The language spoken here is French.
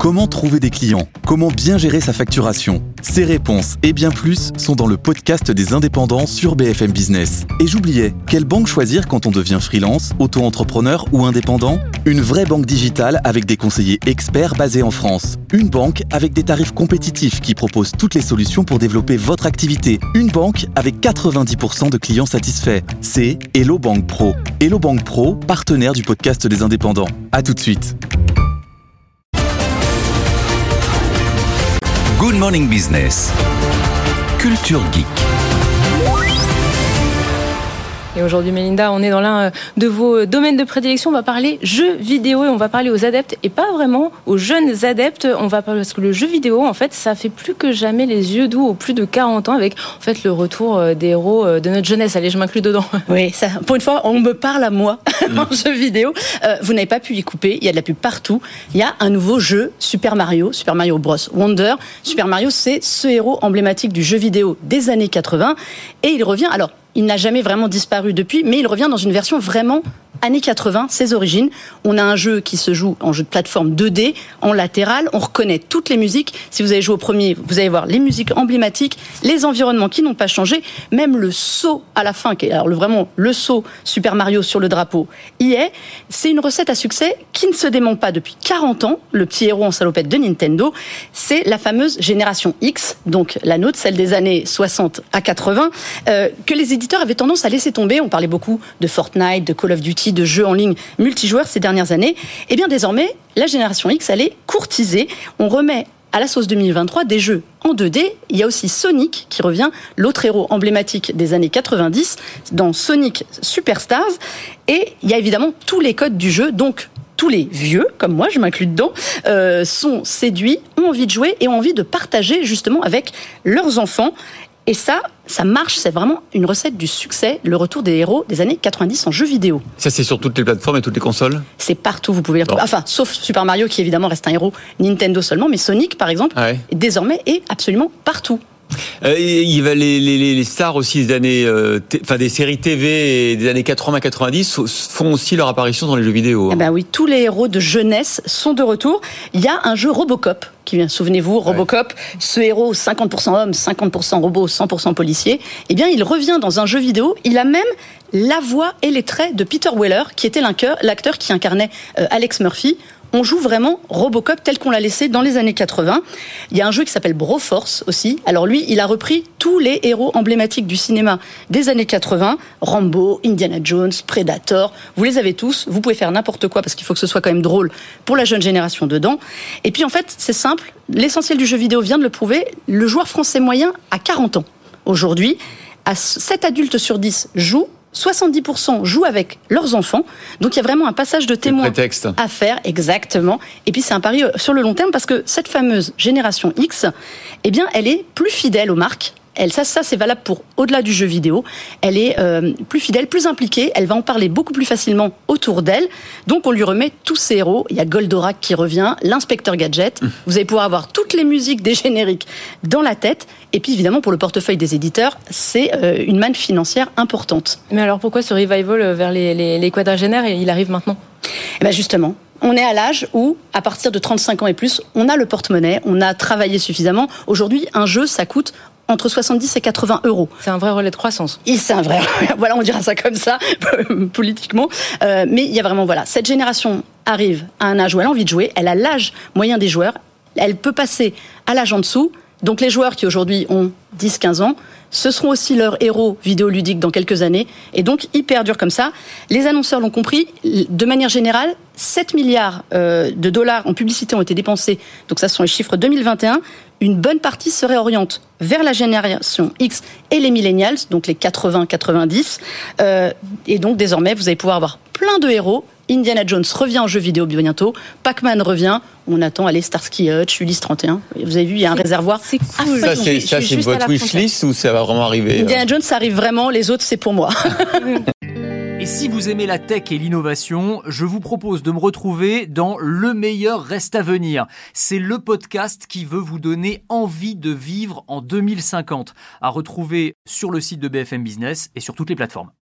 Comment trouver des clients? Comment bien gérer sa facturation? Ces réponses et bien plus sont dans le podcast des indépendants sur BFM Business. Et j'oubliais, quelle banque choisir quand on devient freelance, auto-entrepreneur ou indépendant? Une vraie banque digitale avec des conseillers experts basés en France. Une banque avec des tarifs compétitifs qui propose toutes les solutions pour développer votre activité. Une banque avec 90% de clients satisfaits. C'est Hello Bank Pro. Hello Bank Pro, partenaire du podcast des indépendants. À tout de suite. Good Morning Business. Culture Geek. Et aujourd'hui, Mélinda, on est dans l'un de vos domaines de prédilection. On va parler jeux vidéo et on va parler aux adeptes et pas vraiment aux jeunes adeptes. On va parler parce que le jeu vidéo, en fait, ça fait plus que jamais les yeux doux aux plus de 40 ans avec, en fait, le retour des héros de notre jeunesse. Allez, je m'inclus dedans. Oui, ça, pour une fois, on me parle à moi en jeu vidéo. Vous n'avez pas pu y couper. Il y a de la pub partout. Il y a un nouveau jeu, Super Mario Bros. Wonder. Super Mario, c'est ce héros emblématique du jeu vidéo des années 80 et il revient. Alors, il n'a jamais vraiment disparu depuis, mais il revient dans une version vraiment années 80, ses origines. On a un jeu qui se joue en jeu de plateforme 2D, en latéral. On reconnaît toutes les musiques. Si vous avez joué au premier, vous allez voir les musiques emblématiques, les environnements qui n'ont pas changé, même le saut à la fin, qui est alors vraiment le saut Super Mario sur le drapeau, y est. C'est une recette à succès qui ne se dément pas depuis 40 ans. Le petit héros en salopette de Nintendo, c'est la fameuse génération X, donc la nôtre, celle des années 60 à 80, que les éditeurs avaient tendance à laisser tomber. On parlait beaucoup de Fortnite, de Call of Duty, de jeux en ligne multijoueurs ces dernières années. Et bien désormais, la génération X, elle est courtisée. On remet à la sauce 2023 des jeux en 2D. Il y a aussi Sonic qui revient, l'autre héros emblématique des années 90 dans Sonic Superstars. Et il y a évidemment tous les codes du jeu, donc tous les vieux, comme moi, je m'inclus dedans, sont séduits, ont envie de jouer et ont envie de partager justement avec leurs enfants. Et ça marche, c'est vraiment une recette du succès, le retour des héros des années 90 en jeux vidéo. Ça, c'est sur toutes les plateformes et toutes les consoles ? C'est partout, vous pouvez les retrouver. Enfin, sauf Super Mario, qui évidemment reste un héros Nintendo seulement, mais Sonic, par exemple, désormais est absolument partout. Il y a les stars aussi des années, des séries TV des années 80 à 90 font aussi leur apparition dans les jeux vidéo. Eh ben oui, tous les héros de jeunesse sont de retour. Il y a un jeu Robocop qui vient, souvenez-vous, Robocop, ce héros 50% homme, 50% robot, 100% policier. Eh bien, il revient dans un jeu vidéo. Il a même la voix et les traits de Peter Weller, qui était l'acteur qui incarnait Alex Murphy. On joue vraiment Robocop tel qu'on l'a laissé dans les années 80. Il y a un jeu qui s'appelle Broforce aussi. Alors lui, il a repris tous les héros emblématiques du cinéma des années 80. Rambo, Indiana Jones, Predator. Vous les avez tous. Vous pouvez faire n'importe quoi parce qu'il faut que ce soit quand même drôle pour la jeune génération dedans. Et puis en fait, c'est simple. L'essentiel du jeu vidéo vient de le prouver. Le joueur français moyen a 40 ans. Aujourd'hui, 7 adultes sur 10 jouent. 70% jouent avec leurs enfants. Donc il y a vraiment un passage de témoin à faire, exactement. Et puis c'est un pari sur le long terme parce que cette fameuse génération X, eh bien, elle est plus fidèle aux marques. Ça c'est valable pour au-delà du jeu vidéo. Elle est plus fidèle, plus impliquée. Elle va en parler beaucoup plus facilement autour d'elle. Donc on lui remet tous ses héros. Il y a Goldorak qui revient, l'inspecteur Gadget. Vous allez pouvoir avoir toutes les musiques des génériques dans la tête. Et puis évidemment pour le portefeuille des éditeurs, c'est une manne financière importante. Mais alors pourquoi ce revival vers les quadragénaires il arrive maintenant ? Eh ben justement. On est à l'âge où, à partir de 35 ans et plus, on a le porte-monnaie, on a travaillé suffisamment. Aujourd'hui, un jeu, ça coûte entre 70 et 80 euros. C'est un vrai relais de croissance. C'est un vrai, voilà, on dira ça comme ça, politiquement. Mais il y a vraiment, cette génération arrive à un âge où elle a envie de jouer, elle a l'âge moyen des joueurs, elle peut passer à l'âge en dessous. Donc les joueurs qui aujourd'hui ont 10-15 ans, ce seront aussi leurs héros vidéoludiques dans quelques années. Et donc, ils perdurent comme ça. Les annonceurs l'ont compris. De manière générale, 7 milliards de dollars en publicité ont été dépensés. Donc ça, ce sont les chiffres 2021. Une bonne partie se réoriente vers la génération X et les millennials, donc les 80-90. Et donc, désormais, vous allez pouvoir avoir plein de héros. Indiana Jones revient en jeu vidéo bientôt. Pac-Man revient. On attend Starsky Hutch, Ulysse 31. Vous avez vu, il y a un réservoir. C'est cool. Ça, c'est votre wishlist ou ça va vraiment arriver ? Indiana Jones, ça arrive vraiment. Les autres, c'est pour moi. Et si vous aimez la tech et l'innovation, je vous propose de me retrouver dans Le meilleur reste à venir. C'est le podcast qui veut vous donner envie de vivre en 2050. À retrouver sur le site de BFM Business et sur toutes les plateformes.